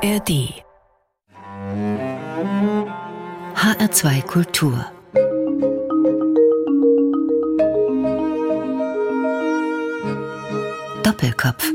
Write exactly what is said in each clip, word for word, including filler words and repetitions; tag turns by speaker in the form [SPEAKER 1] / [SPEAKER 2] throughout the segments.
[SPEAKER 1] A R D H R zwei Kultur Doppelkopf.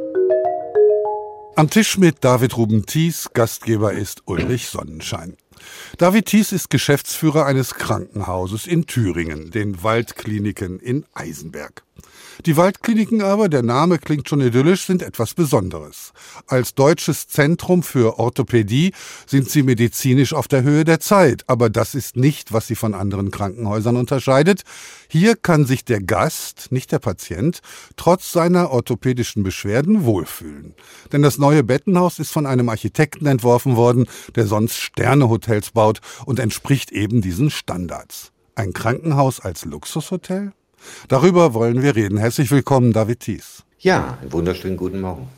[SPEAKER 2] Am Tisch mit David Ruben Thies, Gastgeber ist Ulrich Sonnenschein. David Thies ist Geschäftsführer eines Krankenhauses in Thüringen, den Waldkliniken in Eisenberg. Die Waldkliniken aber, der Name klingt schon idyllisch, sind etwas Besonderes. Als deutsches Zentrum für Orthopädie sind sie medizinisch auf der Höhe der Zeit. Aber das ist nicht, was sie von anderen Krankenhäusern unterscheidet. Hier kann sich der Gast, nicht der Patient, trotz seiner orthopädischen Beschwerden wohlfühlen. Denn das neue Bettenhaus ist von einem Architekten entworfen worden, der sonst Sternehotels baut und entspricht eben diesen Standards. Ein Krankenhaus als Luxushotel? Darüber wollen wir reden. Herzlich willkommen, David Thies.
[SPEAKER 3] Ja, einen wunderschönen guten Morgen.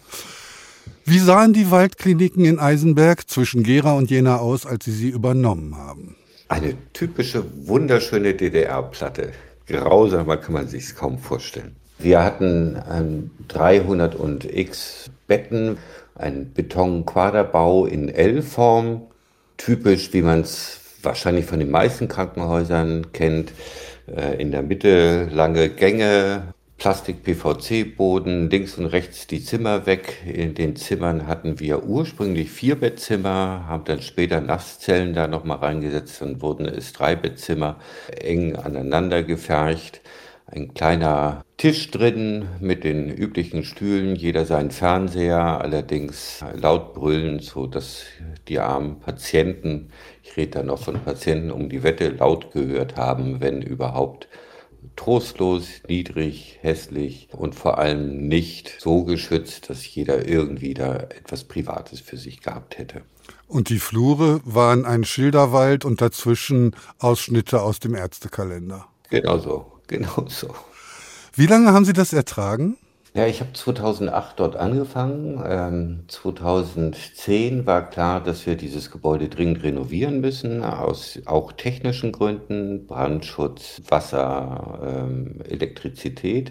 [SPEAKER 2] Wie sahen die Waldkliniken in Eisenberg zwischen Gera und Jena aus, als Sie sie übernommen haben?
[SPEAKER 3] Eine typische, wunderschöne D D R-Platte. Grausamer kann man sich's kaum vorstellen. Wir hatten ähm, dreihundert und x Betten, ein Beton-Quaderbau in L-Form, typisch, wie man es wahrscheinlich von den meisten Krankenhäusern kennt. In der Mitte lange Gänge, Plastik-P V C-Boden, links und rechts die Zimmer weg. In den Zimmern hatten wir ursprünglich vier Bettzimmer, haben dann später Nasszellen da nochmal reingesetzt, dann wurden es drei Bettzimmer eng aneinander gefercht. Ein kleiner Tisch drin mit den üblichen Stühlen, jeder seinen Fernseher, allerdings laut brüllen, so dass die armen Patienten, ich rede da noch von Patienten um die Wette, laut gehört haben, wenn überhaupt. Trostlos, niedrig, hässlich und vor allem nicht so geschützt, dass jeder irgendwie da etwas Privates für sich gehabt hätte.
[SPEAKER 2] Und die Flure waren ein Schilderwald und dazwischen Ausschnitte aus dem Ärztekalender.
[SPEAKER 3] Genau so. Genau so.
[SPEAKER 2] Wie lange haben Sie das ertragen?
[SPEAKER 3] Ja, ich habe zweitausendacht dort angefangen. Ähm, zweitausendzehn war klar, dass wir dieses Gebäude dringend renovieren müssen, aus auch technischen Gründen, Brandschutz, Wasser, ähm, Elektrizität.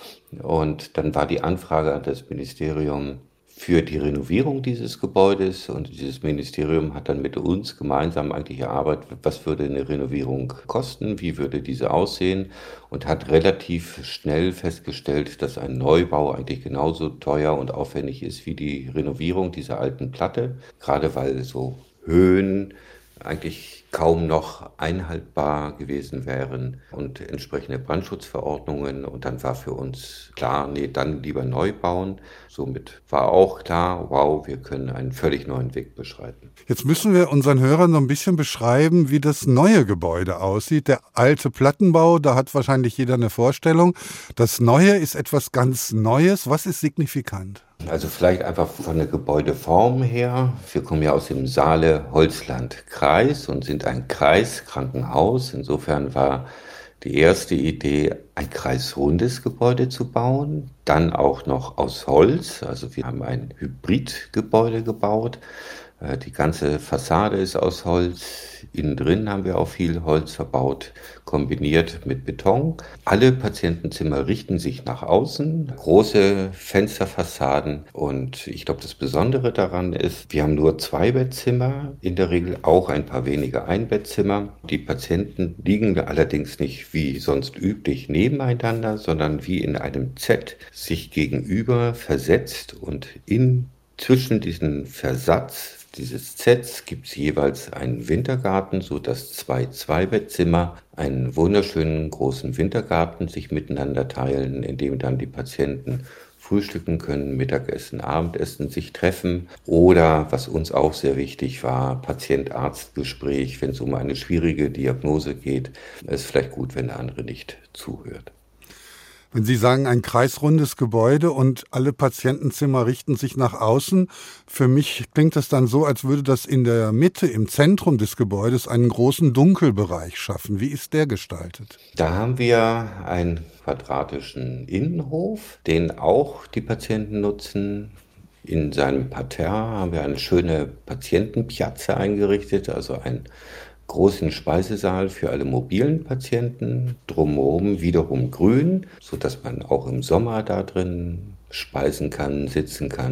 [SPEAKER 3] Und dann war die Anfrage an das Ministerium für die Renovierung dieses Gebäudes, und dieses Ministerium hat dann mit uns gemeinsam eigentlich erarbeitet, was würde eine Renovierung kosten, wie würde diese aussehen, und hat relativ schnell festgestellt, dass ein Neubau eigentlich genauso teuer und aufwendig ist wie die Renovierung dieser alten Platte, gerade weil so Höhen eigentlich kaum noch einhaltbar gewesen wären und entsprechende Brandschutzverordnungen. Und dann war für uns klar, nee, dann lieber neu bauen. Somit war auch klar, wow, wir können einen völlig neuen Weg beschreiten.
[SPEAKER 2] Jetzt müssen wir unseren Hörern noch ein bisschen beschreiben, wie das neue Gebäude aussieht. Der alte Plattenbau, da hat wahrscheinlich jeder eine Vorstellung. Das Neue ist etwas ganz Neues. Was ist signifikant?
[SPEAKER 3] Also vielleicht einfach von der Gebäudeform her. Wir kommen ja aus dem Saale-Holzland-Kreis und sind ein Kreiskrankenhaus. Insofern war die erste Idee, ein kreisrundes Gebäude zu bauen. Dann auch noch aus Holz. Also wir haben ein Hybridgebäude gebaut. Die ganze Fassade ist aus Holz. Innen drin haben wir auch viel Holz verbaut, kombiniert mit Beton. Alle Patientenzimmer richten sich nach außen, große Fensterfassaden. Und ich glaube, das Besondere daran ist, wir haben nur zwei Bettzimmer, in der Regel auch ein paar wenige Einbettzimmer. Die Patienten liegen allerdings nicht wie sonst üblich nebeneinander, sondern wie in einem Z sich gegenüber versetzt, und in zwischen diesen Versatz dieses Sets gibt es jeweils einen Wintergarten, sodass zwei Zweibettzimmer einen wunderschönen großen Wintergarten sich miteinander teilen, in dem dann die Patienten frühstücken können, Mittagessen, Abendessen, sich treffen oder, was uns auch sehr wichtig war, Patient-Arzt-Gespräch, wenn es um eine schwierige Diagnose geht. Es ist vielleicht gut, wenn der andere nicht zuhört.
[SPEAKER 2] Wenn Sie sagen, ein kreisrundes Gebäude und alle Patientenzimmer richten sich nach außen, für mich klingt das dann so, als würde das in der Mitte, im Zentrum des Gebäudes, einen großen Dunkelbereich schaffen. Wie ist der gestaltet?
[SPEAKER 3] Da haben wir einen quadratischen Innenhof, den auch die Patienten nutzen. In seinem Parterre haben wir eine schöne Patientenpiazza eingerichtet, also ein großen Speisesaal für alle mobilen Patienten, drumherum wiederum grün, sodass man auch im Sommer da drin speisen kann, sitzen kann,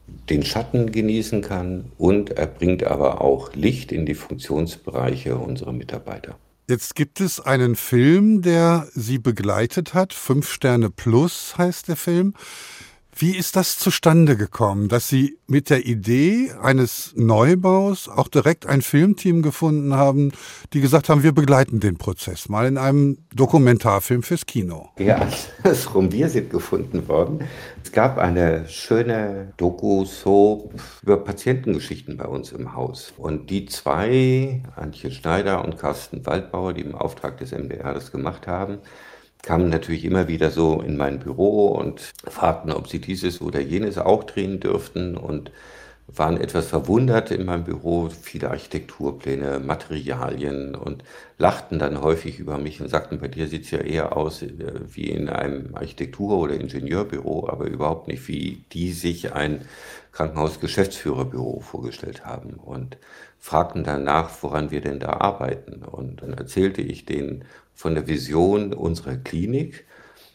[SPEAKER 3] den Schatten genießen kann und er bringt aber auch Licht in die Funktionsbereiche unserer Mitarbeiter.
[SPEAKER 2] Jetzt gibt es einen Film, der Sie begleitet hat. Fünf Sterne plus heißt der Film. Wie ist das zustande gekommen, dass Sie mit der Idee eines Neubaus auch direkt ein Filmteam gefunden haben, die gesagt haben, wir begleiten den Prozess mal in einem Dokumentarfilm fürs Kino?
[SPEAKER 3] Ja, andersrum, wir sind gefunden worden. Es gab eine schöne Doku-Soap über Patientengeschichten bei uns im Haus. Und die zwei, Antje Schneider und Carsten Waldbauer, die im Auftrag des M D R das gemacht haben, kamen natürlich immer wieder so in mein Büro und fragten, ob sie dieses oder jenes auch drehen dürften und waren etwas verwundert in meinem Büro, viele Architekturpläne, Materialien und lachten dann häufig über mich und sagten, bei dir sieht es ja eher aus wie in einem Architektur- oder Ingenieurbüro, aber überhaupt nicht, wie die sich ein Krankenhaus-Geschäftsführerbüro vorgestellt haben und fragten danach, woran wir denn da arbeiten. Und dann erzählte ich denen von der Vision unserer Klinik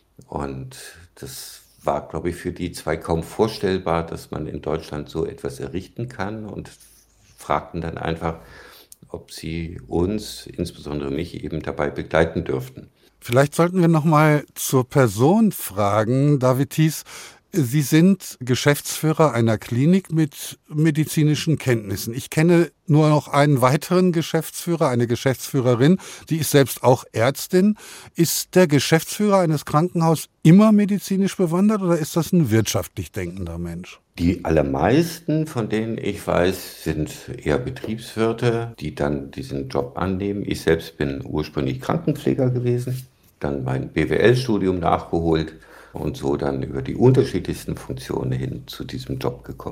[SPEAKER 3] und das war, glaube ich, für die zwei kaum vorstellbar, dass man in Deutschland so etwas errichten kann und fragten dann einfach, ob sie uns, insbesondere mich, eben dabei begleiten dürften.
[SPEAKER 2] Vielleicht sollten wir noch mal zur Person fragen, David Thies. Sie sind Geschäftsführer einer Klinik mit medizinischen Kenntnissen. Ich kenne nur noch einen weiteren Geschäftsführer, eine Geschäftsführerin, die ist selbst auch Ärztin. Ist der Geschäftsführer eines Krankenhauses immer medizinisch bewandert oder ist das ein wirtschaftlich denkender Mensch?
[SPEAKER 3] Die allermeisten, von denen ich weiß, sind eher Betriebswirte, die dann diesen Job annehmen. Ich selbst bin ursprünglich Krankenpfleger gewesen, dann mein B W L-Studium nachgeholt und so dann über die unterschiedlichsten Funktionen hin zu diesem Job gekommen.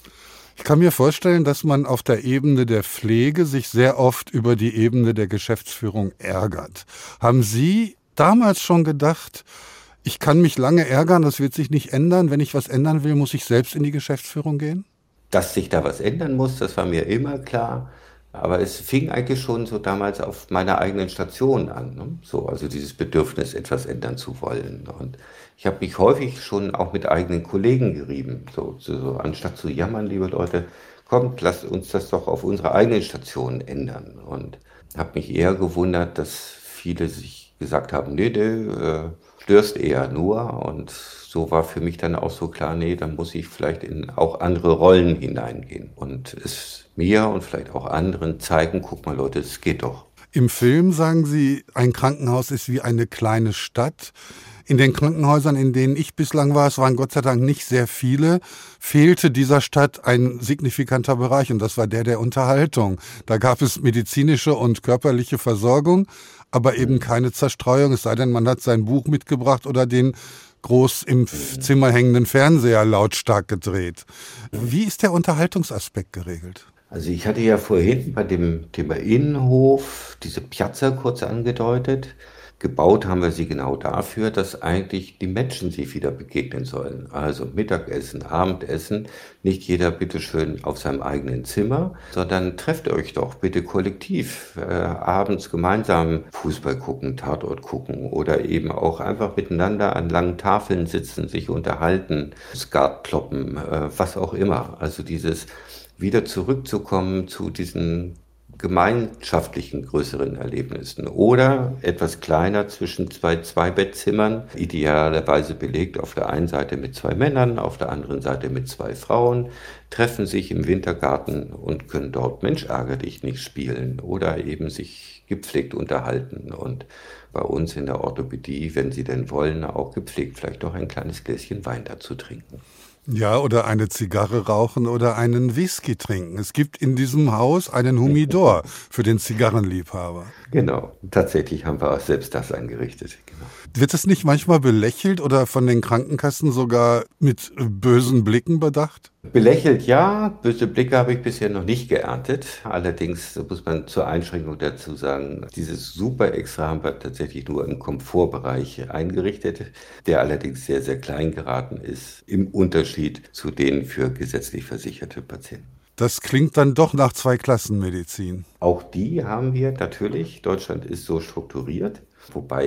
[SPEAKER 2] Ich kann mir vorstellen, dass man auf der Ebene der Pflege sich sehr oft über die Ebene der Geschäftsführung ärgert. Haben Sie damals schon gedacht, ich kann mich lange ärgern, das wird sich nicht ändern. Wenn ich was ändern will, muss ich selbst in die Geschäftsführung gehen?
[SPEAKER 3] Dass sich da was ändern muss, das war mir immer klar. Aber es fing eigentlich schon so damals auf meiner eigenen Station an. Ne? So, also dieses Bedürfnis, etwas ändern zu wollen. Und ich habe mich häufig schon auch mit eigenen Kollegen gerieben. So, so, so anstatt zu jammern, liebe Leute, kommt, lasst uns das doch auf unserer eigenen Station ändern. Und habe mich eher gewundert, dass viele sich gesagt haben, nee, nee, äh, störst eher nur. Und so war für mich dann auch so klar, nee, dann muss ich vielleicht in auch andere Rollen hineingehen. Und es mir und vielleicht auch anderen zeigen, guck mal Leute, es geht doch.
[SPEAKER 2] Im Film sagen Sie, ein Krankenhaus ist wie eine kleine Stadt. In den Krankenhäusern, in denen ich bislang war, es waren Gott sei Dank nicht sehr viele, fehlte dieser Stadt ein signifikanter Bereich und das war der der Unterhaltung. Da gab es medizinische und körperliche Versorgung, aber eben keine Zerstreuung, es sei denn, man hat sein Buch mitgebracht oder den groß im Zimmer hängenden Fernseher lautstark gedreht. Wie ist der Unterhaltungsaspekt geregelt?
[SPEAKER 3] Also ich hatte ja vorhin bei dem Thema Innenhof diese Piazza kurz angedeutet. Gebaut haben wir sie genau dafür, dass eigentlich die Menschen sich wieder begegnen sollen. Also Mittagessen, Abendessen, nicht jeder bitteschön auf seinem eigenen Zimmer, sondern trefft euch doch bitte kollektiv, äh, abends gemeinsam Fußball gucken, Tatort gucken oder eben auch einfach miteinander an langen Tafeln sitzen, sich unterhalten, Skat kloppen, äh, was auch immer. Also dieses wieder zurückzukommen zu diesen gemeinschaftlichen größeren Erlebnissen oder etwas kleiner zwischen zwei Zwei-Bettzimmern, idealerweise belegt auf der einen Seite mit zwei Männern, auf der anderen Seite mit zwei Frauen, treffen sich im Wintergarten und können dort Mensch ärger dich nicht spielen oder eben sich gepflegt unterhalten und bei uns in der Orthopädie, wenn sie denn wollen, auch gepflegt vielleicht noch ein kleines Gläschen Wein dazu trinken.
[SPEAKER 2] Ja, oder eine Zigarre rauchen oder einen Whisky trinken. Es gibt in diesem Haus einen Humidor für den Zigarrenliebhaber.
[SPEAKER 3] Genau, tatsächlich haben wir auch selbst das eingerichtet. Genau.
[SPEAKER 2] Wird es nicht manchmal belächelt oder von den Krankenkassen sogar mit bösen Blicken bedacht?
[SPEAKER 3] Belächelt ja, böse Blicke habe ich bisher noch nicht geerntet. Allerdings muss man zur Einschränkung dazu sagen, dieses Super Extra haben wir tatsächlich nur im Komfortbereich eingerichtet, der allerdings sehr, sehr klein geraten ist, im Unterschied zu den für gesetzlich versicherte Patienten.
[SPEAKER 2] Das klingt dann doch nach Zweiklassenmedizin.
[SPEAKER 3] Auch die haben wir natürlich. Deutschland ist so strukturiert, wobei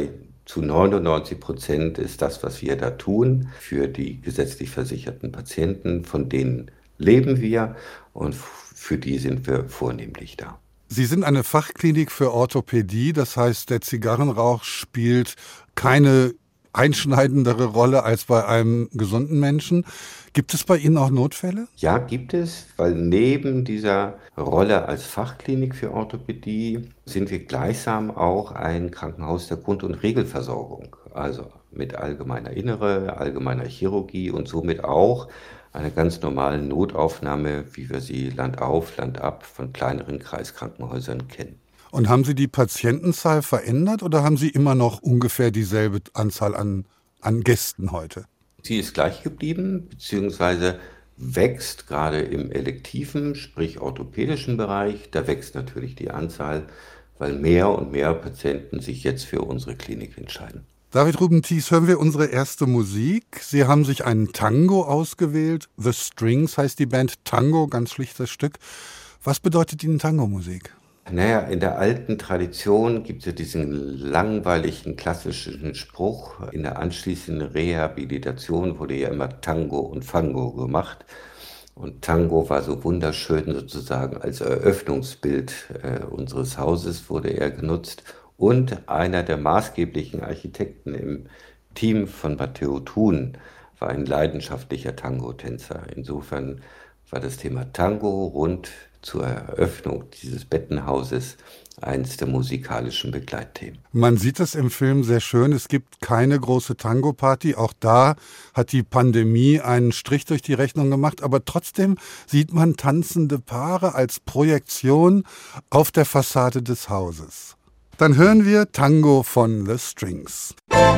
[SPEAKER 3] zu neunundneunzig Prozent ist das, was wir da tun, für die gesetzlich versicherten Patienten, von denen leben wir und für die sind wir vornehmlich da.
[SPEAKER 2] Sie sind eine Fachklinik für Orthopädie, das heißt, der Zigarrenrauch spielt keine einschneidendere Rolle als bei einem gesunden Menschen. Gibt es bei Ihnen auch Notfälle?
[SPEAKER 3] Ja, gibt es, weil neben dieser Rolle als Fachklinik für Orthopädie sind wir gleichsam auch ein Krankenhaus der Grund- und Regelversorgung, also mit allgemeiner Innere, allgemeiner Chirurgie und somit auch einer ganz normalen Notaufnahme, wie wir sie landauf, landab von kleineren Kreiskrankenhäusern kennen.
[SPEAKER 2] Und haben Sie die Patientenzahl verändert oder haben Sie immer noch ungefähr dieselbe Anzahl an, an Gästen heute?
[SPEAKER 3] Sie ist gleich geblieben, beziehungsweise wächst gerade im elektiven, sprich orthopädischen Bereich. Da wächst natürlich die Anzahl, weil mehr und mehr Patienten sich jetzt für unsere Klinik entscheiden.
[SPEAKER 2] David Ruben-Thies, hören wir unsere erste Musik. Sie haben sich einen Tango ausgewählt. The Strings heißt die Band. Tango, ganz schlichtes Stück. Was bedeutet Ihnen Tango-Musik?
[SPEAKER 3] Naja, in der alten Tradition gibt es ja diesen langweiligen klassischen Spruch. In der anschließenden Rehabilitation wurde ja immer Tango und Fango gemacht. Und Tango war so wunderschön sozusagen als Eröffnungsbild äh, unseres Hauses wurde er genutzt. Und einer der maßgeblichen Architekten im Team von Matteo Thun war ein leidenschaftlicher Tango-Tänzer. Insofern war das Thema Tango rund zur Eröffnung dieses Bettenhauses eines der musikalischen Begleitthemen.
[SPEAKER 2] Man sieht es im Film sehr schön. Es gibt keine große Tango-Party. Auch da hat die Pandemie einen Strich durch die Rechnung gemacht. Aber trotzdem sieht man tanzende Paare als Projektion auf der Fassade des Hauses. Dann hören wir Tango von The Strings.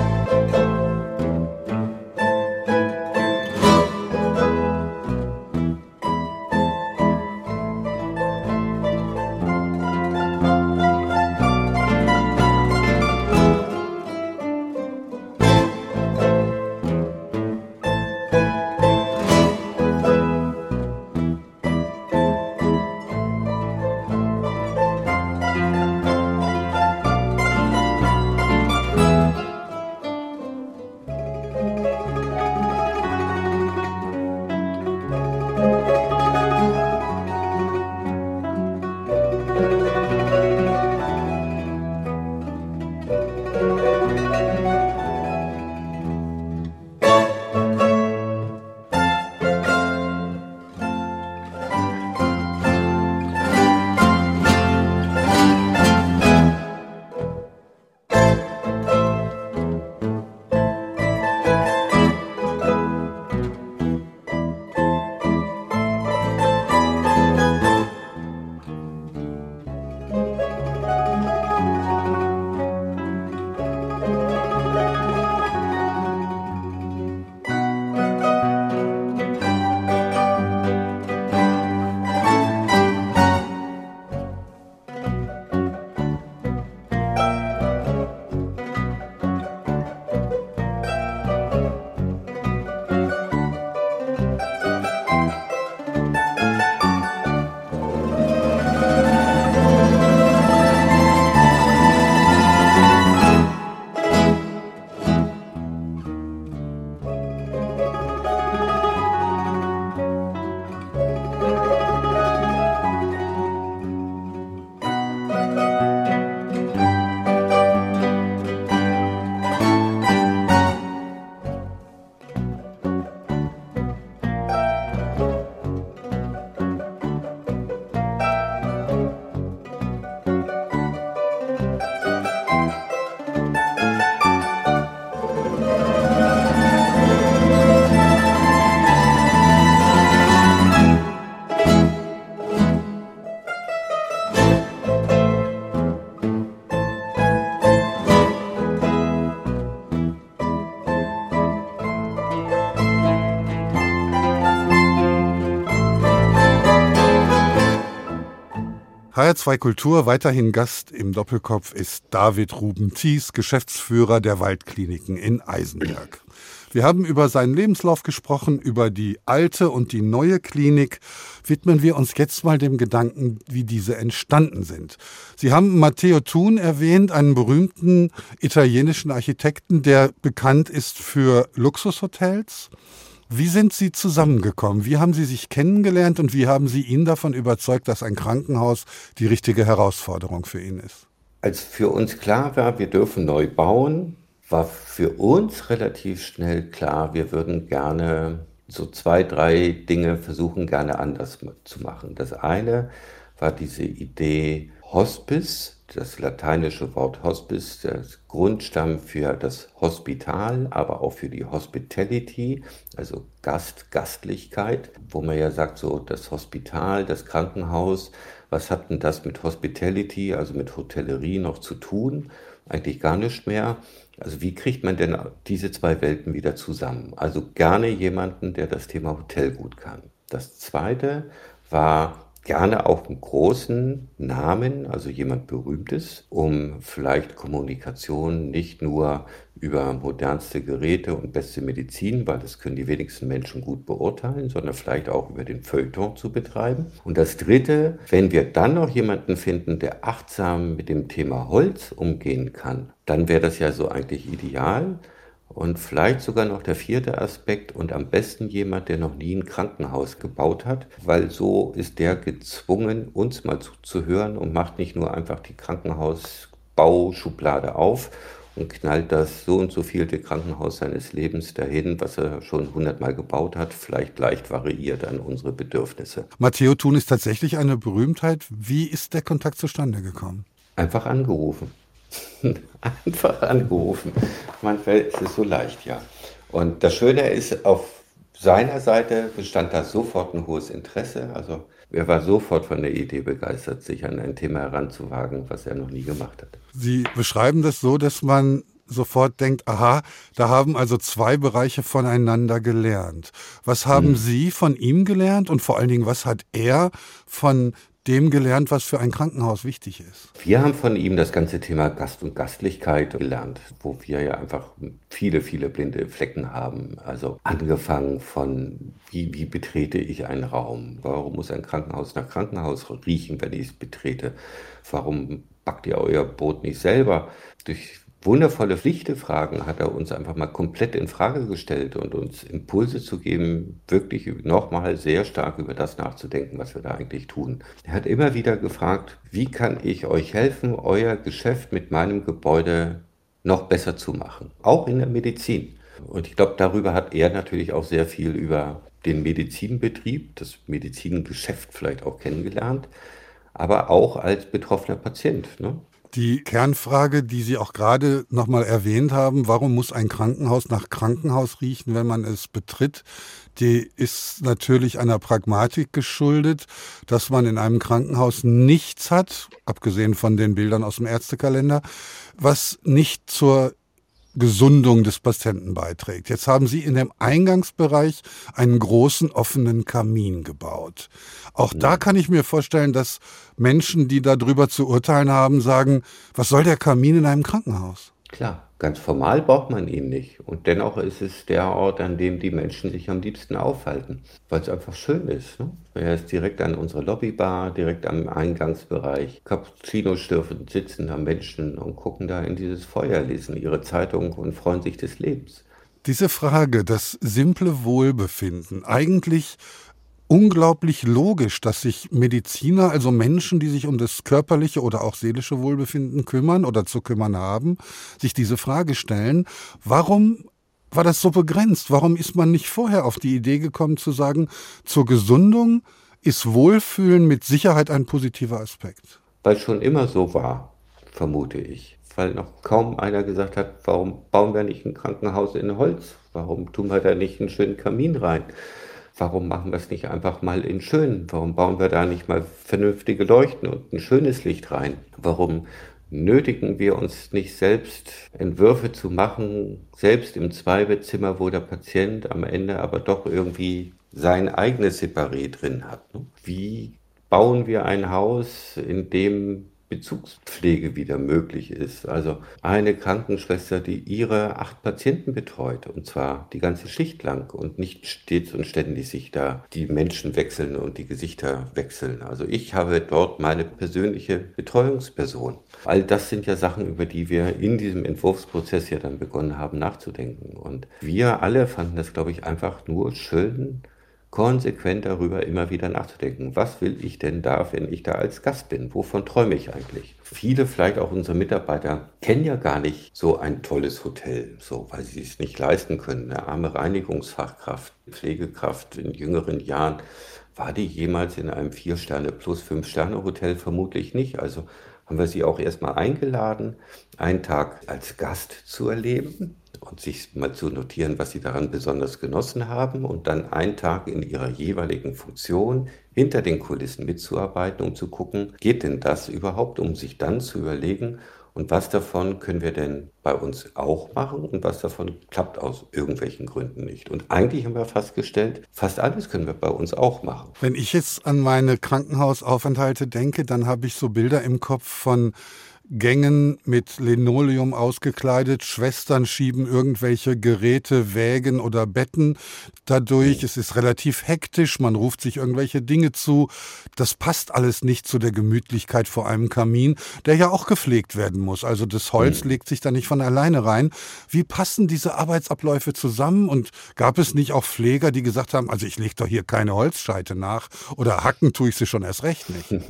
[SPEAKER 2] H R zwei Kultur, weiterhin Gast im Doppelkopf ist David Ruben-Thies, Geschäftsführer der Waldkliniken in Eisenberg. Wir haben über seinen Lebenslauf gesprochen, über die alte und die neue Klinik. Widmen wir uns jetzt mal dem Gedanken, wie diese entstanden sind. Sie haben Matteo Thun erwähnt, einen berühmten italienischen Architekten, der bekannt ist für Luxushotels. Wie sind Sie zusammengekommen? Wie haben Sie sich kennengelernt und wie haben Sie ihn davon überzeugt, dass ein Krankenhaus die richtige Herausforderung für ihn ist?
[SPEAKER 3] Als für uns klar war, wir dürfen neu bauen, war für uns relativ schnell klar, wir würden gerne so zwei, drei Dinge versuchen, gerne anders zu machen. Das eine war diese Idee Hospice. Das lateinische Wort Hospice, das Grundstamm für das Hospital, aber auch für die Hospitality, also Gast, Gastlichkeit, wo man ja sagt, so das Hospital, das Krankenhaus, was hat denn das mit Hospitality, also mit Hotellerie noch zu tun? Eigentlich gar nicht mehr. Also wie kriegt man denn diese zwei Welten wieder zusammen? Also gerne jemanden, der das Thema Hotel gut kann. Das zweite war gerne auch einen großen Namen, also jemand Berühmtes, um vielleicht Kommunikation nicht nur über modernste Geräte und beste Medizin, weil das können die wenigsten Menschen gut beurteilen, sondern vielleicht auch über den Feuilleton zu betreiben. Und das Dritte, wenn wir dann noch jemanden finden, der achtsam mit dem Thema Holz umgehen kann, dann wäre das ja so eigentlich ideal. Und vielleicht sogar noch der vierte Aspekt und am besten jemand, der noch nie ein Krankenhaus gebaut hat, weil so ist der gezwungen, uns mal zuzuhören und macht nicht nur einfach die Krankenhausbauschublade auf und knallt das so und so vielte Krankenhaus seines Lebens dahin, was er schon hundertmal gebaut hat, vielleicht leicht variiert an unsere Bedürfnisse.
[SPEAKER 2] Matteo Thun ist tatsächlich eine Berühmtheit. Wie ist der Kontakt zustande gekommen?
[SPEAKER 3] Einfach angerufen. Einfach angerufen. Manchmal ist es so leicht, ja. Und das Schöne ist, auf seiner Seite bestand da sofort ein hohes Interesse. Also er war sofort von der Idee begeistert, sich an ein Thema heranzuwagen, was er noch nie gemacht hat.
[SPEAKER 2] Sie beschreiben das so, dass man sofort denkt, aha, da haben also zwei Bereiche voneinander gelernt. Was haben hm. Sie von ihm gelernt und vor allen Dingen, was hat er von dem gelernt, was für ein Krankenhaus wichtig ist?
[SPEAKER 3] Wir haben von ihm das ganze Thema Gast und Gastlichkeit gelernt, wo wir ja einfach viele, viele blinde Flecken haben. Also angefangen von, wie, wie betrete ich einen Raum? Warum muss ein Krankenhaus nach Krankenhaus riechen, wenn ich es betrete? Warum backt ihr euer Brot nicht selber? Durch wundervolle Pflichtefragen hat er uns einfach mal komplett in Frage gestellt und uns Impulse zu geben, wirklich nochmal sehr stark über das nachzudenken, was wir da eigentlich tun. Er hat immer wieder gefragt, wie kann ich euch helfen, euer Geschäft mit meinem Gebäude noch besser zu machen, auch in der Medizin. Und ich glaube, darüber hat er natürlich auch sehr viel über den Medizinbetrieb, das Medizingeschäft vielleicht auch kennengelernt, aber auch als betroffener Patient, ne?
[SPEAKER 2] Die Kernfrage, die Sie auch gerade nochmal erwähnt haben, warum muss ein Krankenhaus nach Krankenhaus riechen, wenn man es betritt, die ist natürlich einer Pragmatik geschuldet, dass man in einem Krankenhaus nichts hat, abgesehen von den Bildern aus dem Ärztekalender, was nicht zur Gesundung des Patienten beiträgt. Jetzt haben Sie in dem Eingangsbereich einen großen offenen Kamin gebaut. Auch ja. Da kann ich mir vorstellen, dass Menschen, die darüber zu urteilen haben, sagen, was soll der Kamin in einem Krankenhaus?
[SPEAKER 3] Klar, ganz formal braucht man ihn nicht. Und dennoch ist es der Ort, an dem die Menschen sich am liebsten aufhalten, weil es einfach schön ist. Ne? Er ist direkt an unserer Lobbybar, direkt am Eingangsbereich. Cappuccinos dürfen sitzen da Menschen und gucken da in dieses Feuer, lesen ihre Zeitung und freuen sich des Lebens.
[SPEAKER 2] Diese Frage, das simple Wohlbefinden, eigentlich unglaublich logisch, dass sich Mediziner, also Menschen, die sich um das körperliche oder auch seelische Wohlbefinden kümmern oder zu kümmern haben, sich diese Frage stellen, warum war das so begrenzt? Warum ist man nicht vorher auf die Idee gekommen zu sagen, zur Gesundung ist Wohlfühlen mit Sicherheit ein positiver Aspekt?
[SPEAKER 3] Weil es schon immer so war, vermute ich. Weil noch kaum einer gesagt hat, warum bauen wir nicht ein Krankenhaus in Holz? Warum tun wir da nicht einen schönen Kamin rein? Warum machen wir es nicht einfach mal in schön? Warum bauen wir da nicht mal vernünftige Leuchten und ein schönes Licht rein? Warum nötigen wir uns nicht selbst, Entwürfe zu machen, selbst im Zweibettzimmer, wo der Patient am Ende aber doch irgendwie sein eigenes Separé drin hat? Wie bauen wir ein Haus, in dem Bezugspflege wieder möglich ist. Also eine Krankenschwester, die ihre acht Patienten betreut, und zwar die ganze Schicht lang und nicht stets und ständig sich da die Menschen wechseln und die Gesichter wechseln. Also ich habe dort meine persönliche Betreuungsperson. All das sind ja Sachen, über die wir in diesem Entwurfsprozess ja dann begonnen haben nachzudenken. Und wir alle fanden das, glaube ich, einfach nur schön, konsequent darüber immer wieder nachzudenken. Was will ich denn da, wenn ich da als Gast bin? Wovon träume ich eigentlich? Viele, vielleicht auch unsere Mitarbeiter, kennen ja gar nicht so ein tolles Hotel, so, weil sie es nicht leisten können. Eine arme Reinigungsfachkraft, Pflegekraft in jüngeren Jahren, war die jemals in einem Vier-Sterne- plus Fünf-Sterne-Hotel? Vermutlich nicht. Also haben wir sie auch erstmal eingeladen, einen Tag als Gast zu erleben und sich mal zu notieren, was sie daran besonders genossen haben, und dann einen Tag in ihrer jeweiligen Funktion hinter den Kulissen mitzuarbeiten, um zu gucken, geht denn das überhaupt, um sich dann zu überlegen, und was davon können wir denn bei uns auch machen und was davon klappt aus irgendwelchen Gründen nicht. Und eigentlich haben wir festgestellt, fast alles können wir bei uns auch machen.
[SPEAKER 2] Wenn ich jetzt an meine Krankenhausaufenthalte denke, dann habe ich so Bilder im Kopf von Gängen mit Linoleum ausgekleidet, Schwestern schieben irgendwelche Geräte, Wägen oder Betten dadurch. Es ist relativ hektisch, man ruft sich irgendwelche Dinge zu. Das passt alles nicht zu der Gemütlichkeit vor einem Kamin, der ja auch gepflegt werden muss. Also das Holz legt sich da nicht von alleine rein. Wie passen diese Arbeitsabläufe zusammen? Und gab es nicht auch Pfleger, die gesagt haben, also ich lege doch hier keine Holzscheite nach, oder hacken tue ich sie schon erst recht nicht?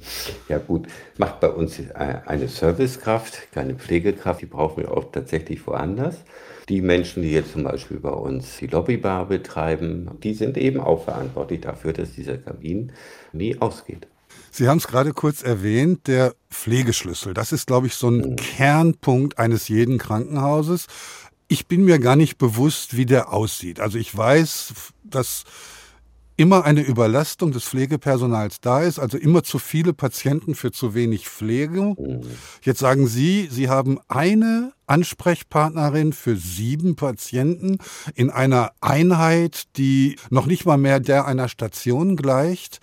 [SPEAKER 3] Ja gut, macht bei uns ein eine Servicekraft, keine Pflegekraft, die brauchen wir auch tatsächlich woanders. Die Menschen, die jetzt zum Beispiel bei uns die Lobbybar betreiben, die sind eben auch verantwortlich dafür, dass dieser Kamin nie ausgeht.
[SPEAKER 2] Sie haben es gerade kurz erwähnt, der Pflegeschlüssel. Das ist, glaube ich, so ein mhm. Kernpunkt eines jeden Krankenhauses. Ich bin mir gar nicht bewusst, wie der aussieht. Also ich weiß, dass immer eine Überlastung des Pflegepersonals da ist, also immer zu viele Patienten für zu wenig Pflege. Jetzt sagen Sie, Sie haben eine Ansprechpartnerin für sieben Patienten in einer Einheit, die noch nicht mal mehr der einer Station gleicht.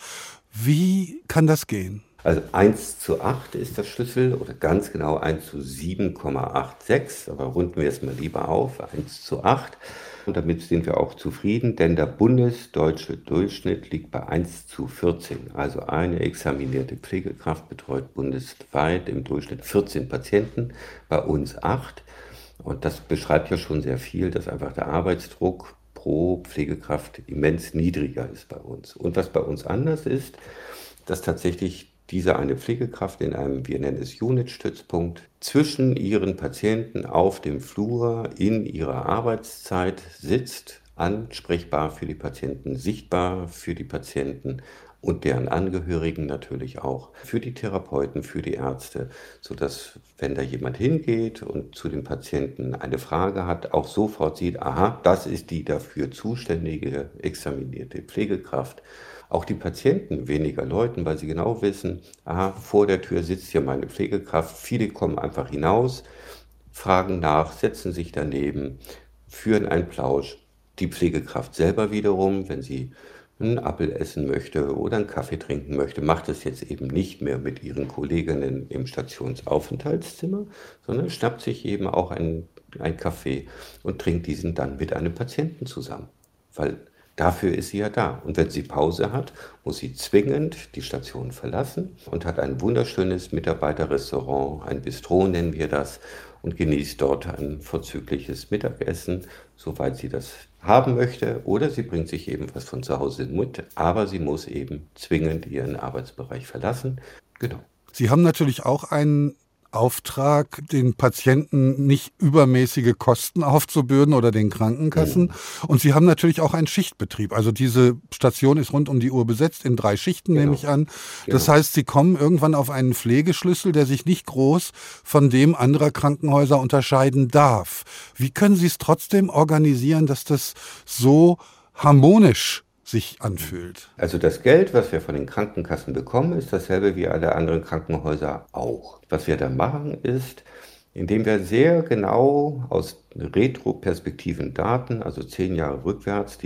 [SPEAKER 2] Wie kann das gehen?
[SPEAKER 3] Also eins zu acht ist das Schlüssel, oder ganz genau eins zu sieben Komma sechsundachtzig, aber runden wir es mal lieber auf, eins zu acht. Und damit sind wir auch zufrieden, denn der bundesdeutsche Durchschnitt liegt bei eins zu vierzehn. Also eine examinierte Pflegekraft betreut bundesweit im Durchschnitt vierzehn Patienten, bei uns acht. Und das beschreibt ja schon sehr viel, dass einfach der Arbeitsdruck pro Pflegekraft immens niedriger ist bei uns. Und was bei uns anders ist, dass tatsächlich diese eine Pflegekraft in einem, wir nennen es Unit-Stützpunkt, zwischen ihren Patienten auf dem Flur in ihrer Arbeitszeit sitzt, ansprechbar für die Patienten, sichtbar für die Patienten und deren Angehörigen natürlich auch, für die Therapeuten, für die Ärzte, sodass, wenn da jemand hingeht und zu dem Patienten eine Frage hat, auch sofort sieht, aha, das ist die dafür zuständige, examinierte Pflegekraft. Auch die Patienten weniger läuten, weil sie genau wissen, aha, vor der Tür sitzt hier meine Pflegekraft. Viele kommen einfach hinaus, fragen nach, setzen sich daneben, führen einen Plausch. Die Pflegekraft selber wiederum, wenn sie einen Apfel essen möchte oder einen Kaffee trinken möchte, macht es jetzt eben nicht mehr mit ihren Kolleginnen im Stationsaufenthaltszimmer, sondern schnappt sich eben auch einen, einen Kaffee und trinkt diesen dann mit einem Patienten zusammen. Weil dafür ist sie ja da. Und wenn sie Pause hat, muss sie zwingend die Station verlassen und hat ein wunderschönes Mitarbeiterrestaurant, ein Bistro nennen wir das, und genießt dort ein vorzügliches Mittagessen, soweit sie das haben möchte. Oder sie bringt sich eben was von zu Hause mit, aber sie muss eben zwingend ihren Arbeitsbereich verlassen. Genau.
[SPEAKER 2] Sie haben natürlich auch einen Auftrag, den Patienten nicht übermäßige Kosten aufzubürden oder den Krankenkassen. Ja. Und Sie haben natürlich auch einen Schichtbetrieb. Also diese Station ist rund um die Uhr besetzt, in drei Schichten, genau, nehme ich an. Das genau. heißt, Sie kommen irgendwann auf einen Pflegeschlüssel, der sich nicht groß von dem anderer Krankenhäuser unterscheiden darf. Wie können Sie es trotzdem organisieren, dass das so harmonisch sich anfühlt?
[SPEAKER 3] Also das Geld, was wir von den Krankenkassen bekommen, ist dasselbe wie alle anderen Krankenhäuser auch. Was wir da machen ist, indem wir sehr genau aus retroperspektiven Daten, also zehn Jahre rückwärts,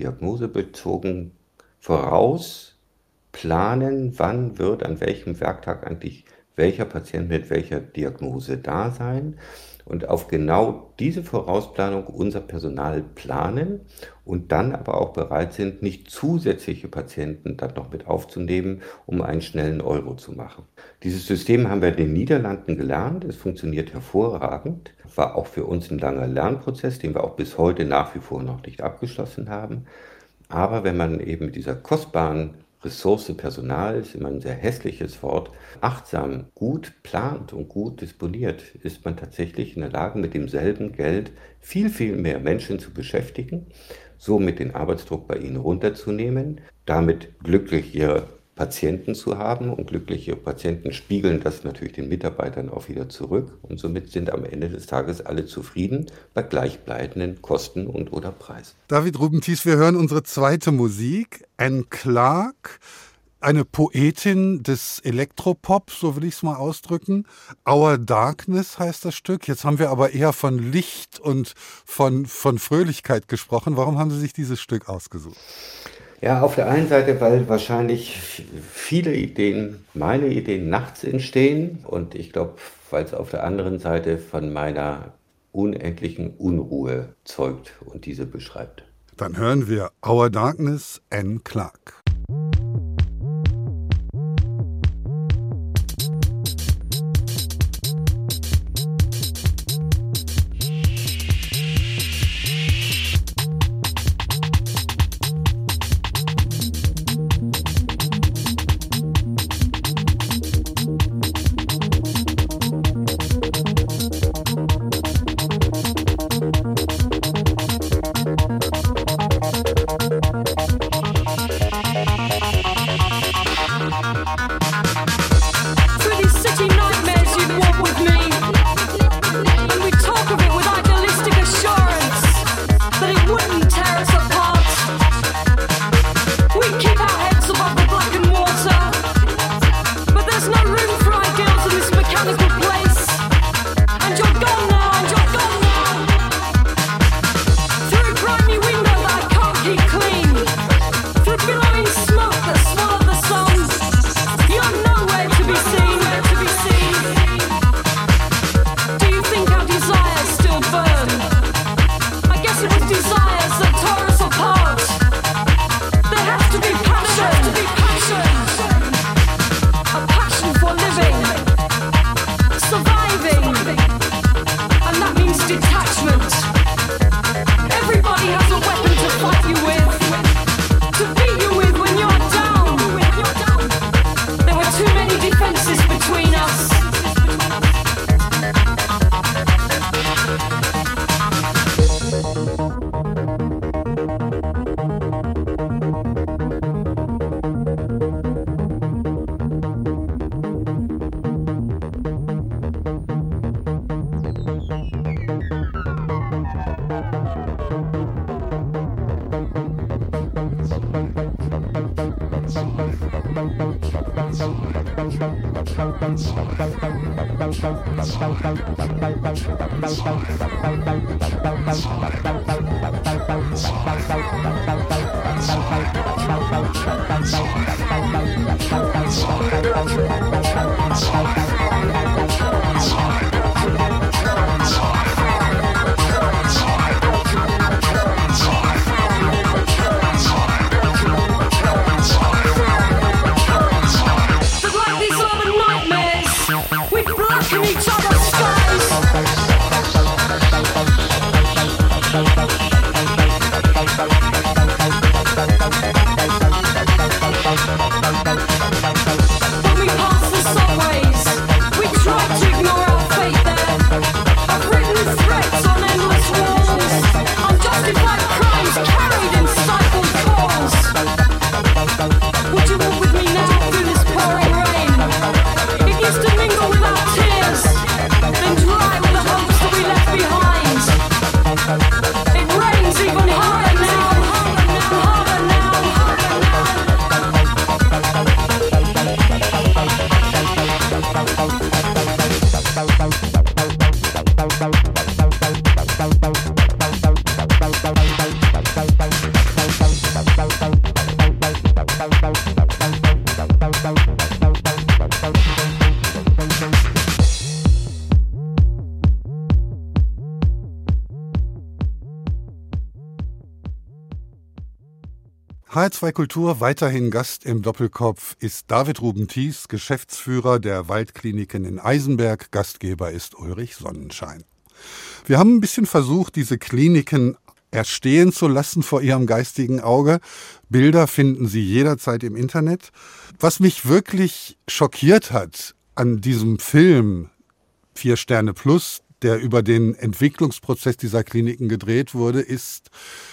[SPEAKER 3] diagnosebezogen, voraus planen, wann wird an welchem Werktag eigentlich welcher Patient mit welcher Diagnose da sein und auf genau diese Vorausplanung unser Personal planen und dann aber auch bereit sind, nicht zusätzliche Patienten dann noch mit aufzunehmen, um einen schnellen Euro zu machen. Dieses System haben wir in den Niederlanden gelernt. Es funktioniert hervorragend. War auch für uns ein langer Lernprozess, den wir auch bis heute nach wie vor noch nicht abgeschlossen haben. Aber wenn man eben mit dieser kostbaren Ressource Personal, ist immer ein sehr hässliches Wort, achtsam, gut plant und gut disponiert, ist man tatsächlich in der Lage, mit demselben Geld viel, viel mehr Menschen zu beschäftigen, somit den Arbeitsdruck bei ihnen runterzunehmen, damit glückliche Patienten zu haben und glückliche Patienten spiegeln das natürlich den Mitarbeitern auch wieder zurück und somit sind am Ende des Tages alle zufrieden bei gleichbleibenden Kosten und oder Preisen.
[SPEAKER 2] David Ruben-Thies, wir hören unsere zweite Musik, Anne Clark, eine Poetin des Elektropop, so will ich es mal ausdrücken. Our Darkness heißt das Stück. Jetzt haben wir aber eher von Licht und von, von Fröhlichkeit gesprochen. Warum haben Sie sich dieses Stück ausgesucht?
[SPEAKER 3] Ja, auf der einen Seite, weil wahrscheinlich viele Ideen, meine Ideen nachts entstehen und ich glaube, weil es auf der anderen Seite von meiner unendlichen Unruhe zeugt und diese beschreibt.
[SPEAKER 2] Dann hören wir Our Darkness, Anne Clark.
[SPEAKER 4] When we pass the
[SPEAKER 2] H R zwei Kultur, weiterhin Gast im Doppelkopf ist David Ruben Thies, Geschäftsführer der Waldkliniken in Eisenberg. Gastgeber ist Ulrich Sonnenschein. Wir haben ein bisschen versucht, diese Kliniken erstehen zu lassen vor Ihrem geistigen Auge. Bilder finden Sie jederzeit im Internet. Was mich wirklich schockiert hat an diesem Film Vier Sterne Plus, der über den Entwicklungsprozess dieser Kliniken gedreht wurde, ist,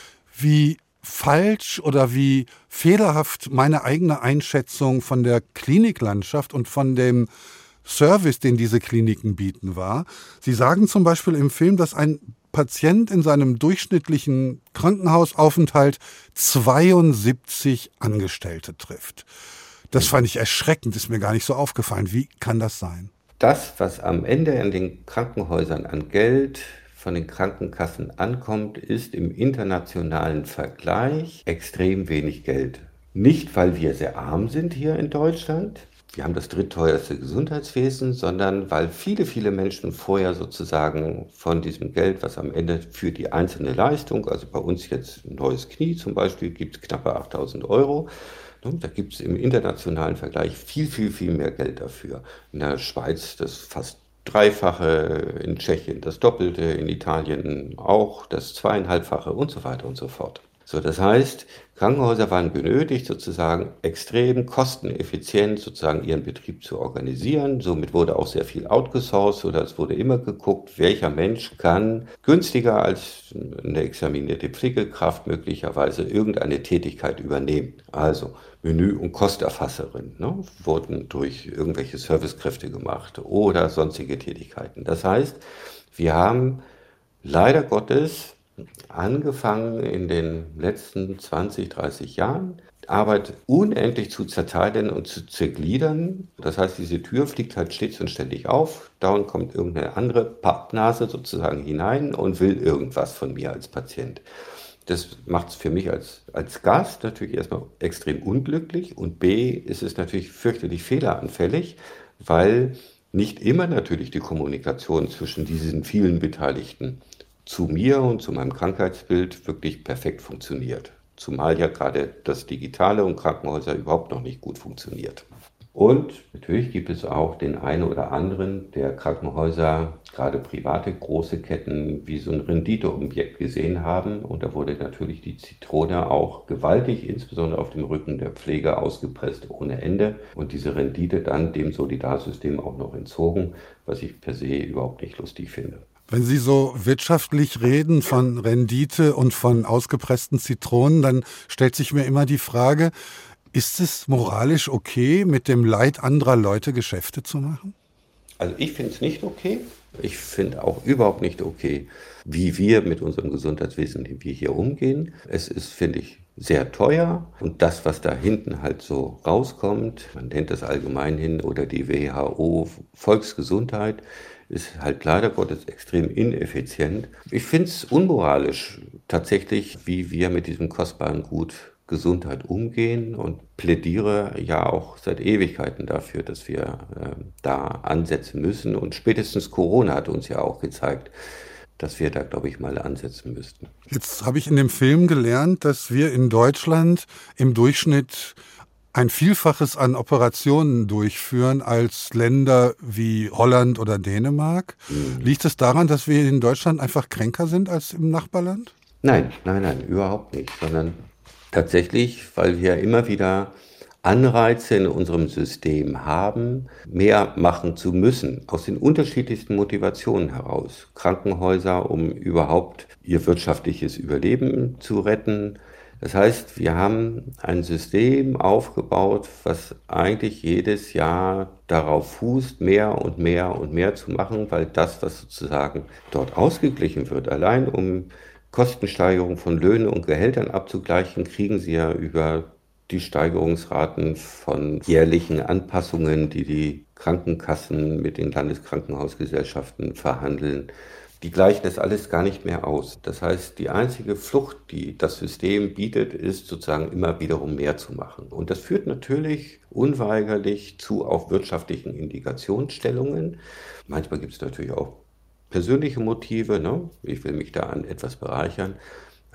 [SPEAKER 2] wie falsch oder wie fehlerhaft meine eigene Einschätzung von der Kliniklandschaft und von dem Service, den diese Kliniken bieten, war. Sie sagen zum Beispiel im Film, dass ein Patient in seinem durchschnittlichen Krankenhausaufenthalt zweiundsiebzig Angestellte trifft. Das fand ich erschreckend, ist mir gar nicht so aufgefallen. Wie kann das sein?
[SPEAKER 3] Das, was am Ende in den Krankenhäusern an Geld von den Krankenkassen ankommt, ist im internationalen Vergleich extrem wenig Geld. Nicht, weil wir sehr arm sind hier in Deutschland, wir haben das drittteuerste Gesundheitswesen, sondern weil viele, viele Menschen vorher sozusagen von diesem Geld, was am Ende für die einzelne Leistung, also bei uns jetzt ein neues Knie zum Beispiel, gibt es knappe achttausend Euro. Da gibt es im internationalen Vergleich viel, viel, viel mehr Geld dafür. In der Schweiz das fast Dreifache, in Tschechien das Doppelte, in Italien auch das Zweieinhalbfache und so weiter und so fort. So, das heißt, Krankenhäuser waren genötigt, sozusagen extrem kosteneffizient sozusagen ihren Betrieb zu organisieren. Somit wurde auch sehr viel outgesourced oder es wurde immer geguckt, welcher Mensch kann günstiger als eine examinierte Pflegekraft möglicherweise irgendeine Tätigkeit übernehmen. Also Menü- und Kosterfasserin, ne, wurden durch irgendwelche Servicekräfte gemacht oder sonstige Tätigkeiten. Das heißt, wir haben leider Gottes angefangen in den letzten zwanzig, dreißig Jahren, Arbeit unendlich zu zerteilen und zu zergliedern. Das heißt, diese Tür fliegt halt stets und ständig auf. Dauernd kommt irgendeine andere Pappnase sozusagen hinein und will irgendwas von mir als Patient. Das macht es für mich als, als Gast natürlich erstmal extrem unglücklich und B ist es natürlich fürchterlich fehleranfällig, weil nicht immer natürlich die Kommunikation zwischen diesen vielen Beteiligten zu mir und zu meinem Krankheitsbild wirklich perfekt funktioniert. Zumal ja gerade das Digitale und Krankenhäuser überhaupt noch nicht gut funktioniert. Und natürlich gibt es auch den einen oder anderen, der Krankenhäuser, gerade private große Ketten, wie so ein Renditeobjekt gesehen haben. Und da wurde natürlich die Zitrone auch gewaltig, insbesondere auf dem Rücken der Pflege, ausgepresst ohne Ende. Und diese Rendite dann dem Solidarsystem auch noch entzogen, was ich per se überhaupt nicht lustig finde.
[SPEAKER 2] Wenn Sie so wirtschaftlich reden von Rendite und von ausgepressten Zitronen, dann stellt sich mir immer die Frage, ist es moralisch okay, mit dem Leid anderer Leute Geschäfte zu machen?
[SPEAKER 3] Also ich finde es nicht okay. Ich finde auch überhaupt nicht okay, wie wir mit unserem Gesundheitswesen, wie wir hier umgehen. Es ist, finde ich, sehr teuer und das, was da hinten halt so rauskommt, man nennt das allgemein hin oder die W H O Volksgesundheit, ist halt leider Gottes extrem ineffizient. Ich finde es unmoralisch tatsächlich, wie wir mit diesem kostbaren Gut Gesundheit umgehen und plädiere ja auch seit Ewigkeiten dafür, dass wir äh, da ansetzen müssen. Und spätestens Corona hat uns ja auch gezeigt, dass wir da, glaube ich, mal ansetzen müssten.
[SPEAKER 2] Jetzt habe ich in dem Film gelernt, dass wir in Deutschland im Durchschnitt ein Vielfaches an Operationen durchführen als Länder wie Holland oder Dänemark. Mhm. Liegt es daran, dass wir in Deutschland einfach kränker sind als im Nachbarland?
[SPEAKER 3] Nein, nein, nein, überhaupt nicht, sondern tatsächlich, weil wir immer wieder Anreize in unserem System haben, mehr machen zu müssen, aus den unterschiedlichsten Motivationen heraus. Krankenhäuser, um überhaupt ihr wirtschaftliches Überleben zu retten. Das heißt, wir haben ein System aufgebaut, was eigentlich jedes Jahr darauf fußt, mehr und mehr und mehr zu machen, weil das, was sozusagen dort ausgeglichen wird, allein um Kostensteigerung von Löhnen und Gehältern abzugleichen, kriegen sie ja über die Steigerungsraten von jährlichen Anpassungen, die die Krankenkassen mit den Landeskrankenhausgesellschaften verhandeln. Die gleichen das alles gar nicht mehr aus. Das heißt, die einzige Flucht, die das System bietet, ist sozusagen immer wiederum mehr zu machen. Und das führt natürlich unweigerlich zu auch wirtschaftlichen Indikationsstellungen. Manchmal gibt es natürlich auch persönliche Motive, ne? Ich will mich da an etwas bereichern.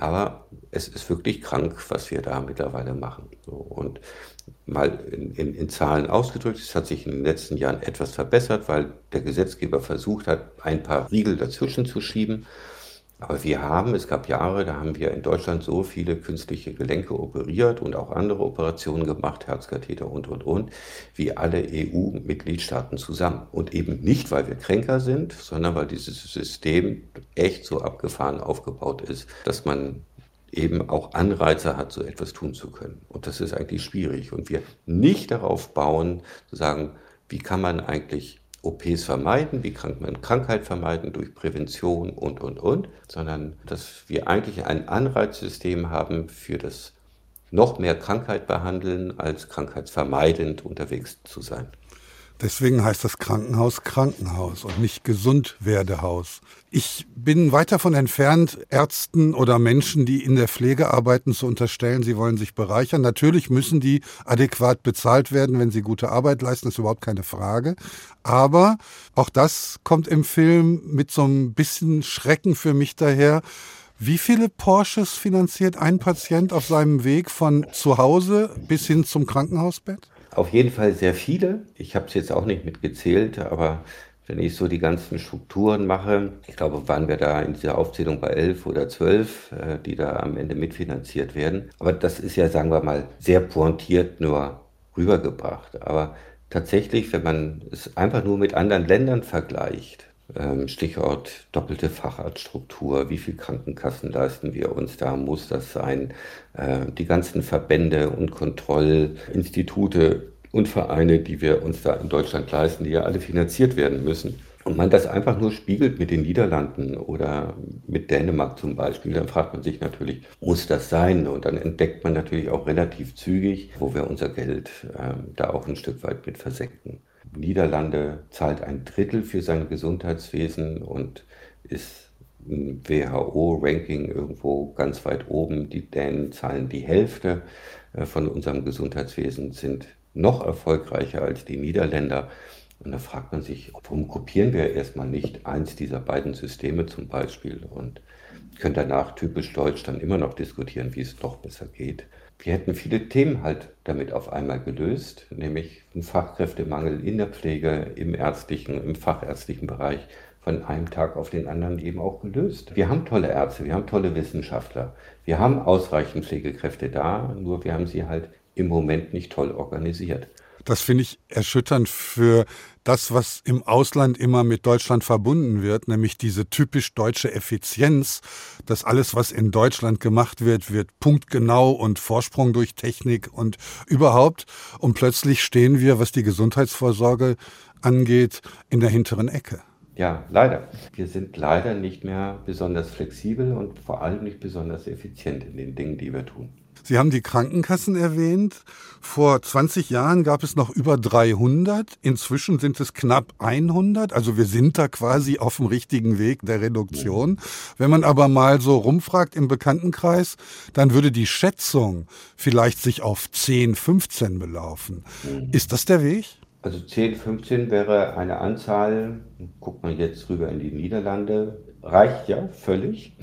[SPEAKER 3] Aber es ist wirklich krank, was wir da mittlerweile machen. So, und mal in, in, in Zahlen ausgedrückt, es hat sich in den letzten Jahren etwas verbessert, weil der Gesetzgeber versucht hat, ein paar Riegel dazwischen zu schieben. Aber wir haben, es gab Jahre, da haben wir in Deutschland so viele künstliche Gelenke operiert und auch andere Operationen gemacht, Herzkatheter und, und, und, wie alle E U-Mitgliedstaaten zusammen. Und eben nicht, weil wir kränker sind, sondern weil dieses System echt so abgefahren aufgebaut ist, dass man eben auch Anreize hat, so etwas tun zu können. Und das ist eigentlich schwierig. Und wir nicht darauf bauen, zu sagen, wie kann man eigentlich O Ps vermeiden, wie kann man Krankheit vermeiden durch Prävention und, und, und, sondern dass wir eigentlich ein Anreizsystem haben für das noch mehr Krankheit behandeln, als krankheitsvermeidend unterwegs zu sein.
[SPEAKER 2] Deswegen heißt das Krankenhaus Krankenhaus und nicht Gesundwerdehaus. Ich bin weit davon entfernt, Ärzten oder Menschen, die in der Pflege arbeiten, zu unterstellen, sie wollen sich bereichern. Natürlich müssen die adäquat bezahlt werden, wenn sie gute Arbeit leisten, ist überhaupt keine Frage. Aber auch das kommt im Film mit so ein bisschen Schrecken für mich daher. Wie viele Porsches finanziert ein Patient auf seinem Weg von zu Hause bis hin zum Krankenhausbett?
[SPEAKER 3] Auf jeden Fall sehr viele. Ich habe es jetzt auch nicht mitgezählt, aber wenn ich so die ganzen Strukturen mache, ich glaube, waren wir da in dieser Aufzählung bei elf oder zwölf, äh, die da am Ende mitfinanziert werden. Aber das ist ja, sagen wir mal, sehr pointiert nur rübergebracht. Aber tatsächlich, wenn man es einfach nur mit anderen Ländern vergleicht, ähm, Stichwort doppelte Facharztstruktur, wie viel Krankenkassen leisten wir uns, da muss das sein, äh, die ganzen Verbände und Kontrollinstitute und Vereine, die wir uns da in Deutschland leisten, die ja alle finanziert werden müssen. Und man das einfach nur spiegelt mit den Niederlanden oder mit Dänemark zum Beispiel, dann fragt man sich natürlich, muss das sein? Und dann entdeckt man natürlich auch relativ zügig, wo wir unser Geld äh, da auch ein Stück weit mit versenken. Niederlande zahlt ein Drittel für sein Gesundheitswesen und ist im W H O-Ranking irgendwo ganz weit oben. Die Dänen zahlen die Hälfte von unserem Gesundheitswesen, sind noch erfolgreicher als die Niederländer. Und da fragt man sich, warum kopieren wir erstmal nicht eins dieser beiden Systeme zum Beispiel und können danach typisch deutsch dann immer noch diskutieren, wie es noch besser geht. Wir hätten viele Themen halt damit auf einmal gelöst, nämlich einen Fachkräftemangel in der Pflege, im ärztlichen, im fachärztlichen Bereich von einem Tag auf den anderen eben auch gelöst. Wir haben tolle Ärzte, wir haben tolle Wissenschaftler, wir haben ausreichend Pflegekräfte da, nur wir haben sie halt im Moment nicht toll organisiert.
[SPEAKER 2] Das finde ich erschütternd für das, was im Ausland immer mit Deutschland verbunden wird, nämlich diese typisch deutsche Effizienz, dass alles, was in Deutschland gemacht wird, wird punktgenau und Vorsprung durch Technik und überhaupt. Und plötzlich stehen wir, was die Gesundheitsvorsorge angeht, in der hinteren Ecke.
[SPEAKER 3] Ja, leider. Wir sind leider nicht mehr besonders flexibel und vor allem nicht besonders effizient in den Dingen, die wir tun.
[SPEAKER 2] Sie haben die Krankenkassen erwähnt. Vor zwanzig Jahren gab es noch über dreihundert. Inzwischen sind es knapp hundert. Also wir sind da quasi auf dem richtigen Weg der Reduktion. Wenn man aber mal so rumfragt im Bekanntenkreis, dann würde die Schätzung vielleicht sich auf zehn, fünfzehn belaufen. Ist das der Weg?
[SPEAKER 3] Also zehn, fünfzehn wäre eine Anzahl, guckt man jetzt rüber in die Niederlande, reicht ja völlig.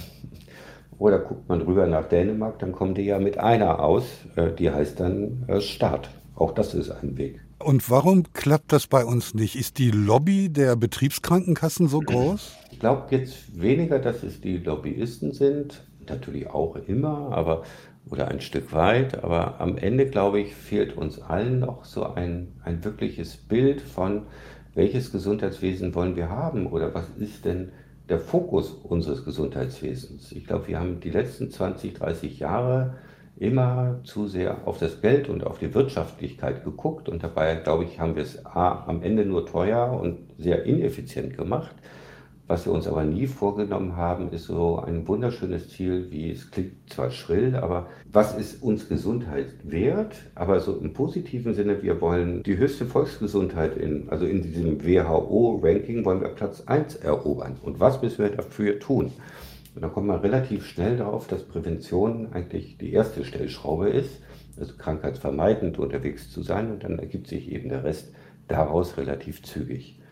[SPEAKER 3] Oder guckt man rüber nach Dänemark, dann kommen die ja mit einer aus, die heißt dann Staat. Auch das ist ein Weg.
[SPEAKER 2] Und warum klappt das bei uns nicht? Ist die Lobby der Betriebskrankenkassen so groß?
[SPEAKER 3] Ich glaube jetzt weniger, dass es die Lobbyisten sind, natürlich auch immer, aber oder ein Stück weit, aber am Ende, glaube ich, fehlt uns allen noch so ein, ein wirkliches Bild von, welches Gesundheitswesen wollen wir haben oder was ist denn der Fokus unseres Gesundheitswesens. Ich glaube, wir haben die letzten zwanzig, dreißig Jahre immer zu sehr auf das Geld und auf die Wirtschaftlichkeit geguckt und dabei, glaube ich, haben wir es A, am Ende nur teuer und sehr ineffizient gemacht. Was wir uns aber nie vorgenommen haben, ist so ein wunderschönes Ziel, wie es klingt zwar schrill, aber was ist uns Gesundheit wert? Aber so im positiven Sinne, wir wollen die höchste Volksgesundheit, in, also in diesem W H O-Ranking wollen wir Platz eins erobern. Und was müssen wir dafür tun? Und dann kommt man relativ schnell darauf, dass Prävention eigentlich die erste Stellschraube ist, also krankheitsvermeidend unterwegs zu sein und dann ergibt sich eben der Rest daraus relativ zügig.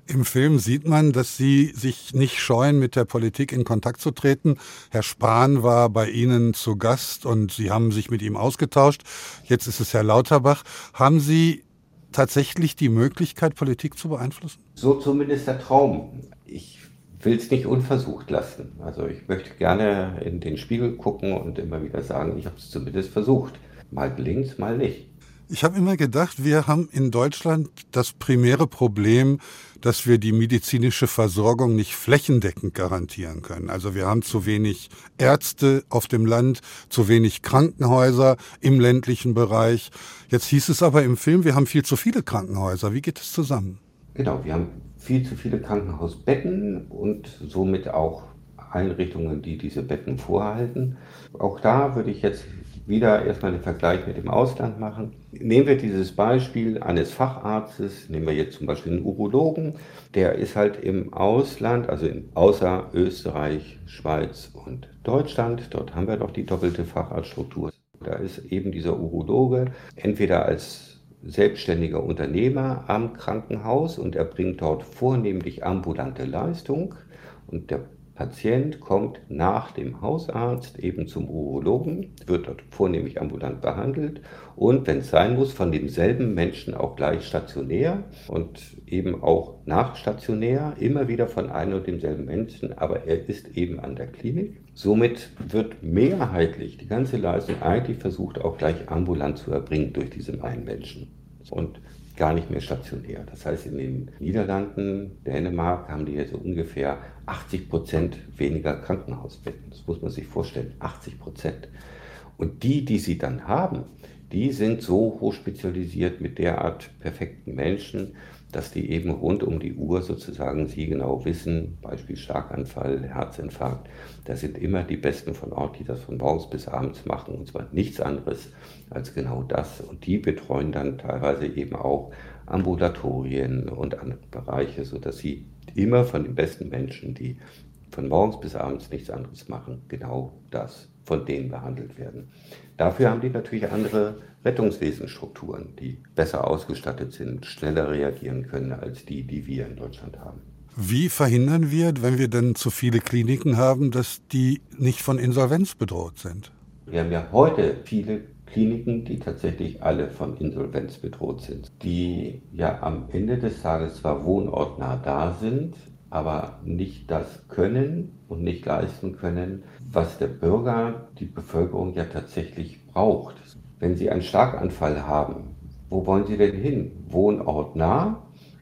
[SPEAKER 2] Im Film sieht man, dass Sie sich nicht scheuen, mit der Politik in Kontakt zu treten. Herr Spahn war bei Ihnen zu Gast und Sie haben sich mit ihm ausgetauscht. Jetzt ist es Herr Lauterbach. Haben Sie tatsächlich die Möglichkeit, Politik zu beeinflussen?
[SPEAKER 3] So zumindest der Traum. Ich will es nicht unversucht lassen. Also ich möchte gerne in den Spiegel gucken und immer wieder sagen, ich habe es zumindest versucht. Mal gelingt's, mal nicht.
[SPEAKER 2] Ich habe immer gedacht, wir haben in Deutschland das primäre Problem, dass wir die medizinische Versorgung nicht flächendeckend garantieren können. Also wir haben zu wenig Ärzte auf dem Land, zu wenig Krankenhäuser im ländlichen Bereich. Jetzt hieß es aber im Film, wir haben viel zu viele Krankenhäuser. Wie geht es zusammen?
[SPEAKER 3] Genau, wir haben viel zu viele Krankenhausbetten und somit auch Einrichtungen, die diese Betten vorhalten. Auch da würde ich jetzt wieder erstmal den Vergleich mit dem Ausland machen. Nehmen wir dieses Beispiel eines Facharztes, nehmen wir jetzt zum Beispiel einen Urologen, der ist halt im Ausland, also in, außer Österreich, Schweiz und Deutschland, dort haben wir doch die doppelte Facharztstruktur. Da ist eben dieser Urologe entweder als selbstständiger Unternehmer am Krankenhaus und erbringt dort vornehmlich ambulante Leistung und der Patient kommt nach dem Hausarzt eben zum Urologen, wird dort vornehmlich ambulant behandelt und, wenn es sein muss, von demselben Menschen auch gleich stationär und eben auch nachstationär, immer wieder von einem und demselben Menschen, aber er ist eben an der Klinik. Somit wird mehrheitlich die ganze Leistung eigentlich versucht, auch gleich ambulant zu erbringen durch diesen einen Menschen. Und gar nicht mehr stationär. Das heißt, in den Niederlanden, Dänemark haben die jetzt so ungefähr achtzig Prozent weniger Krankenhausbetten. Das muss man sich vorstellen, achtzig Prozent. Und die, die sie dann haben, die sind so hochspezialisiert mit derart perfekten Menschen, dass die eben rund um die Uhr sozusagen sie genau wissen, Beispiel Schlaganfall, Herzinfarkt, da sind immer die Besten von Ort, die das von morgens bis abends machen, und zwar nichts anderes als genau das. Und die betreuen dann teilweise eben auch Ambulatorien und andere Bereiche, sodass sie immer von den besten Menschen, die von morgens bis abends nichts anderes machen, genau das von denen behandelt werden. Dafür haben die natürlich andere Rettungswesenstrukturen, die besser ausgestattet sind, schneller reagieren können als die, die wir in Deutschland haben.
[SPEAKER 2] Wie verhindern wir, wenn wir dann zu viele Kliniken haben, dass die nicht von Insolvenz bedroht sind?
[SPEAKER 3] Wir haben ja heute viele Kliniken, die tatsächlich alle von Insolvenz bedroht sind, die ja am Ende des Tages zwar wohnortnah da sind, aber nicht das können und nicht leisten können, was der Bürger, die Bevölkerung ja tatsächlich braucht. Wenn Sie einen Schlaganfall haben, wo wollen Sie denn hin? Wohnortnah,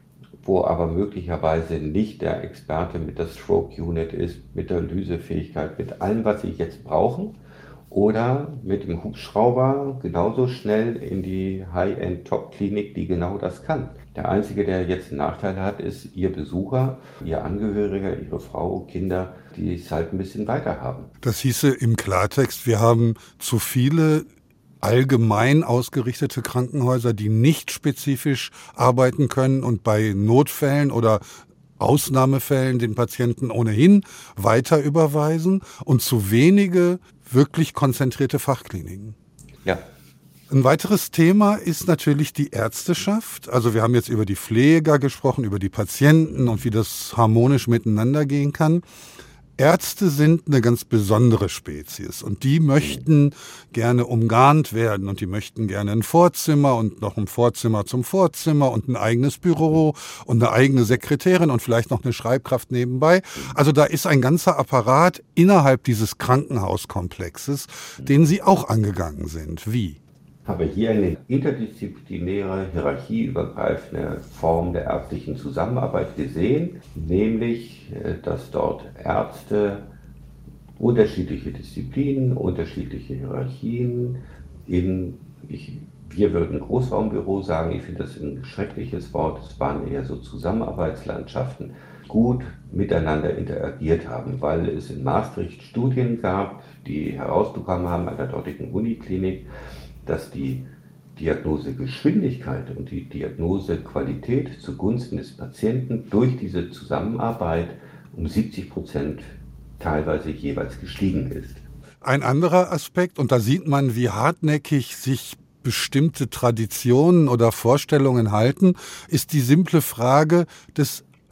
[SPEAKER 3] wo aber möglicherweise nicht der Experte mit der Stroke Unit ist, mit der Lysefähigkeit, mit allem, was Sie jetzt brauchen, oder mit dem Hubschrauber genauso schnell in die High-End-Top-Klinik, die genau das kann. Der Einzige, der jetzt einen Nachteil hat, ist Ihr Besucher, Ihr Angehöriger, Ihre Frau, Kinder, die es halt ein bisschen weiter haben.
[SPEAKER 2] Das hieße im Klartext, wir haben zu viele allgemein ausgerichtete Krankenhäuser, die nicht spezifisch arbeiten können und bei Notfällen oder Ausnahmefällen den Patienten ohnehin weiter überweisen und zu wenige wirklich konzentrierte Fachkliniken.
[SPEAKER 3] Ja.
[SPEAKER 2] Ein weiteres Thema ist natürlich die Ärzteschaft. Also wir haben jetzt über die Pfleger gesprochen, über die Patienten und wie das harmonisch miteinander gehen kann. Ärzte sind eine ganz besondere Spezies und die möchten gerne umgarnt werden und die möchten gerne ein Vorzimmer und noch ein Vorzimmer zum Vorzimmer und ein eigenes Büro und eine eigene Sekretärin und vielleicht noch eine Schreibkraft nebenbei. Also da ist ein ganzer Apparat innerhalb dieses Krankenhauskomplexes, den sie auch angegangen sind. Wie?
[SPEAKER 3] Habe hier eine interdisziplinäre, hierarchieübergreifende Form der ärztlichen Zusammenarbeit gesehen, nämlich, dass dort Ärzte unterschiedliche Disziplinen, unterschiedliche Hierarchien in, ich, wir würden Großraumbüro sagen, ich finde das ein schreckliches Wort, es waren eher so Zusammenarbeitslandschaften, gut miteinander interagiert haben, weil es in Maastricht Studien gab, die herausbekommen haben an der dortigen Uniklinik, dass die Diagnosegeschwindigkeit und die Diagnosequalität zugunsten des Patienten durch diese Zusammenarbeit um siebzig Prozent teilweise jeweils gestiegen ist.
[SPEAKER 2] Ein anderer Aspekt, und da sieht man, wie hartnäckig sich bestimmte Traditionen oder Vorstellungen halten, ist die simple Frage des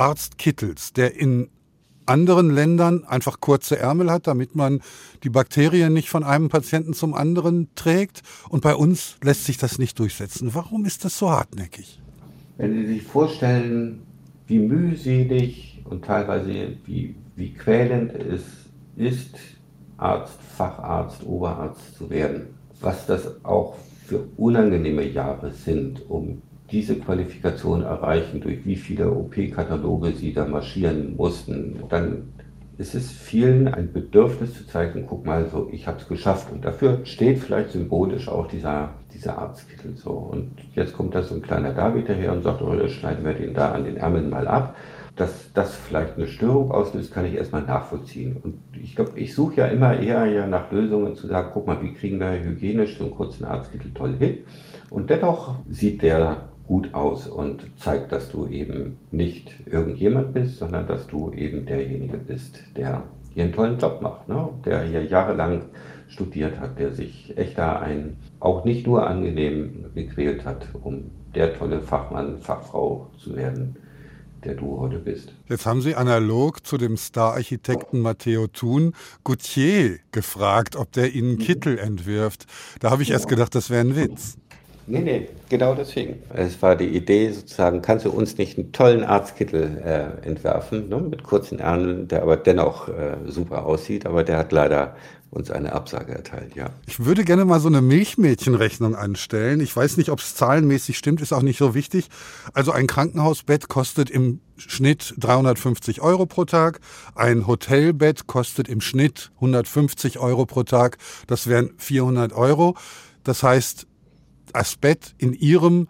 [SPEAKER 2] Arztkittels, der in anderen Ländern einfach kurze Ärmel hat, damit man die Bakterien nicht von einem Patienten zum anderen trägt. Und bei uns lässt sich das nicht durchsetzen. Warum ist das so hartnäckig?
[SPEAKER 3] Wenn Sie sich vorstellen, wie mühselig und teilweise wie, wie quälend es ist, Arzt, Facharzt, Oberarzt zu werden, was das auch für unangenehme Jahre sind, um diese Qualifikation erreichen, durch wie viele O P-Kataloge sie da marschieren mussten, dann ist es vielen ein Bedürfnis zu zeigen, guck mal, so, ich habe es geschafft. Und dafür steht vielleicht symbolisch auch dieser, dieser Arztkittel so. Und jetzt kommt da so ein kleiner David daher und sagt, oh, das schneiden wir den da an den Ärmeln mal ab. Dass das vielleicht eine Störung auslöst, kann ich erstmal nachvollziehen. Und ich glaube, ich suche ja immer eher ja nach Lösungen zu sagen, guck mal, wie kriegen wir hygienisch so einen kurzen Arztkittel toll hin. Und dennoch sieht der gut aus und zeigt, dass du eben nicht irgendjemand bist, sondern dass du eben derjenige bist, der hier einen tollen Job macht, ne? Der hier jahrelang studiert hat, der sich echt da ein, auch nicht nur angenehm gequält hat, um der tolle Fachmann, Fachfrau zu werden, der du heute bist.
[SPEAKER 2] Jetzt haben Sie analog zu dem Star-Architekten Matteo Thun Gautier gefragt, ob der Ihnen Kittel entwirft. Da habe ich erst gedacht, das wäre ein Witz.
[SPEAKER 3] Nee, nee, genau deswegen. Es war die Idee sozusagen, kannst du uns nicht einen tollen Arztkittel äh, entwerfen, ne, mit kurzen Ärmeln, der aber dennoch äh, super aussieht, aber der hat leider uns eine Absage erteilt, ja.
[SPEAKER 2] Ich würde gerne mal so eine Milchmädchenrechnung anstellen. Ich weiß nicht, ob es zahlenmäßig stimmt, ist auch nicht so wichtig. Also ein Krankenhausbett kostet im Schnitt dreihundertfünfzig Euro pro Tag. Ein Hotelbett kostet im Schnitt hundertfünfzig Euro pro Tag. Das wären vierhundert Euro. Das heißt, das Bett in Ihrem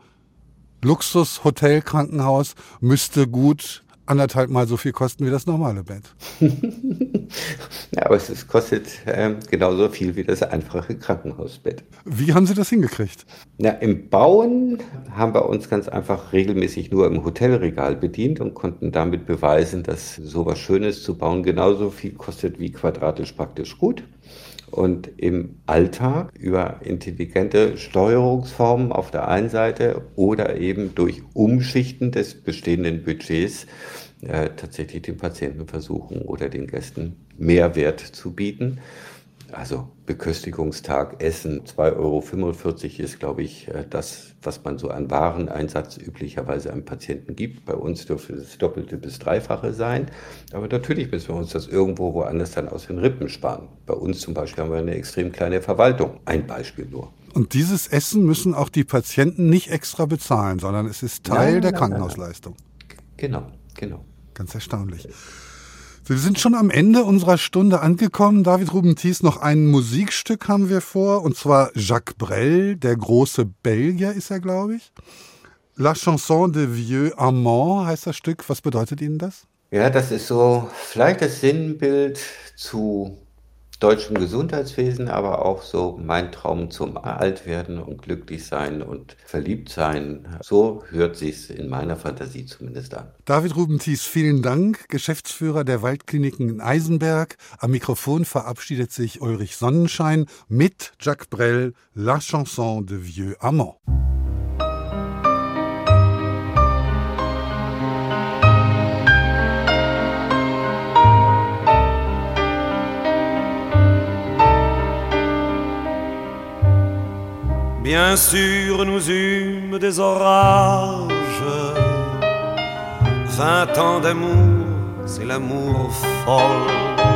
[SPEAKER 2] Luxus-Hotel-Krankenhaus müsste gut anderthalb Mal so viel kosten wie das normale Bett.
[SPEAKER 3] Ja, aber es, es kostet ähm, genauso viel wie das einfache Krankenhausbett.
[SPEAKER 2] Wie haben Sie das hingekriegt?
[SPEAKER 3] Na, im Bauen haben wir uns ganz einfach regelmäßig nur im Hotelregal bedient und konnten damit beweisen, dass sowas Schönes zu bauen genauso viel kostet wie quadratisch praktisch gut. Und im Alltag über intelligente Steuerungsformen auf der einen Seite oder eben durch Umschichten des bestehenden Budgets äh, tatsächlich den Patienten versuchen oder den Gästen Mehrwert zu bieten. Also Beköstigungstag, Essen, zwei Euro fünfundvierzig ist, glaube ich, das, was man so an Wareneinsatz üblicherweise einem Patienten gibt. Bei uns dürfte das Doppelte bis Dreifache sein. Aber natürlich müssen wir uns das irgendwo woanders dann aus den Rippen sparen. Bei uns zum Beispiel haben wir eine extrem kleine Verwaltung. Ein Beispiel nur.
[SPEAKER 2] Und dieses Essen müssen auch die Patienten nicht extra bezahlen, sondern es ist Teil
[SPEAKER 3] nein,
[SPEAKER 2] der
[SPEAKER 3] nein,
[SPEAKER 2] Krankenhausleistung.
[SPEAKER 3] Nein, nein. Genau, genau.
[SPEAKER 2] Ganz erstaunlich. Wir sind schon am Ende unserer Stunde angekommen. David Ruben-Thies, noch ein Musikstück haben wir vor, und zwar Jacques Brel, der große Belgier ist er, glaube ich. La Chanson de Vieux Amant heißt das Stück. Was bedeutet Ihnen das?
[SPEAKER 3] Ja, das ist so vielleicht das Sinnbild zu deutschem Gesundheitswesen, aber auch so mein Traum zum Altwerden und glücklich sein und verliebt sein. So hört sich's in meiner Fantasie zumindest an.
[SPEAKER 2] David Ruben-Thies, vielen Dank, Geschäftsführer der Waldkliniken in Eisenberg. Am Mikrofon verabschiedet sich Ulrich Sonnenschein mit Jacques Brel, La Chanson de Vieux Amant.
[SPEAKER 4] Bien sûr, nous eûmes des orages. Vingt ans d'amour, c'est l'amour folle.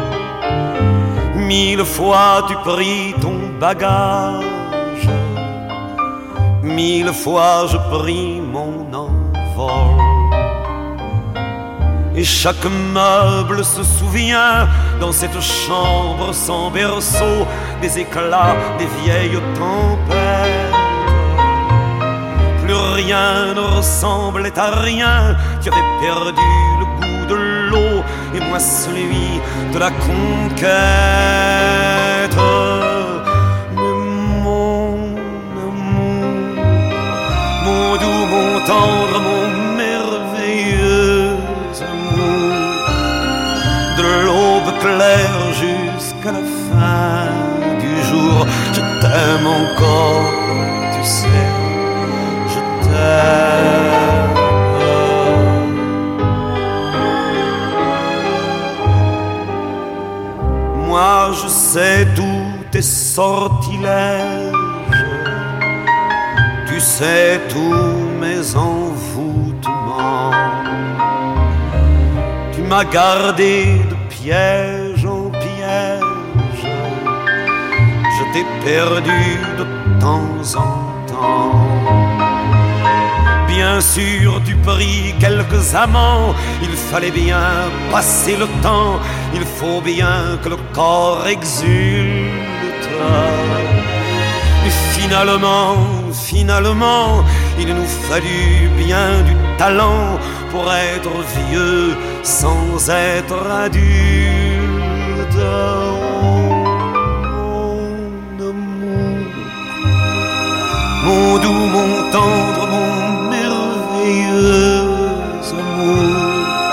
[SPEAKER 4] Mille fois tu pris ton bagage. Mille fois je pris mon envol. Et chaque meuble se souvient dans cette chambre sans berceau des éclats des vieilles tempêtes. Plus rien ne ressemblait à rien, tu avais perdu le goût de l'eau et moi celui de la conquête. Mais mon amour, mon doux, mon tendre, mon merveilleux amour, de l'aube claire jusqu'à la fin du jour, je t'aime encore, tu sais, je t'aime. tes sortilèges. Tu sais tous mes envoûtements. Tu m'as gardé de piège en piège. Je t'ai perdu de temps en temps. Bien sûr, tu pris quelques amants. Il fallait bien passer le temps. Il faut bien que le corps exulte. Mais finalement, finalement, il nous fallut bien du talent pour être vieux sans être adulte. Mon amour, mon doux, mon tendre, mon merveilleux amour,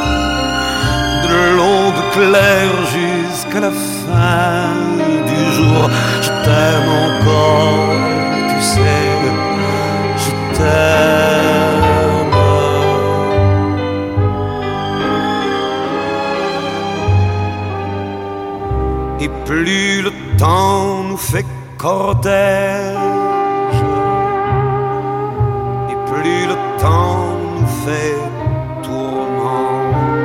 [SPEAKER 4] de l'aube claire jusqu'à la fin du jour, je t'aime encore, tu sais, je t'aime. Et plus le temps nous fait cortège, et plus le temps nous fait tourment.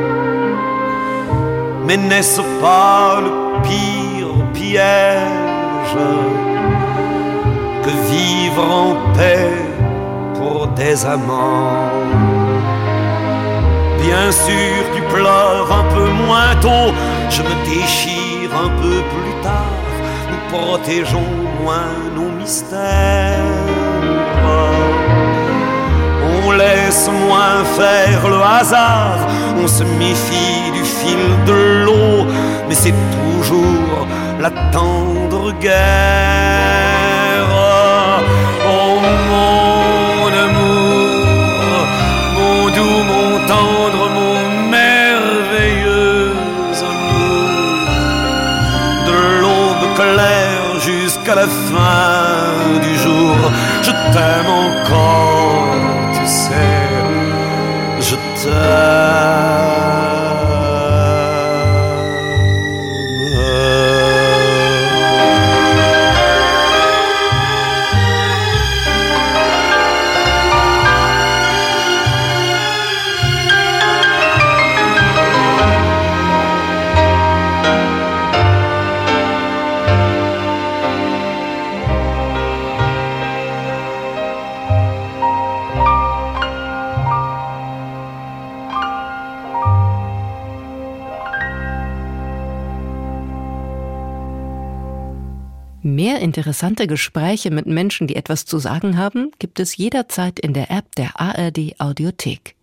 [SPEAKER 4] Mais n'est-ce pas le pire piège que vivre en paix pour des amants? Bien sûr, tu pleures un peu moins tôt, je me déchire un peu plus tard. Nous protégeons moins nos mystères. On laisse moins faire le hasard, on se méfie du fil de l'eau, mais c'est toujours la tendre guerre. Oh mon amour, mon doux, mon tendre, mon merveilleux amour, de l'aube claire jusqu'à la fin du jour, je t'aime encore, tu sais, je t'aime.
[SPEAKER 1] Mehr interessante Gespräche mit Menschen, die etwas zu sagen haben, gibt es jederzeit in der App der A R D Audiothek.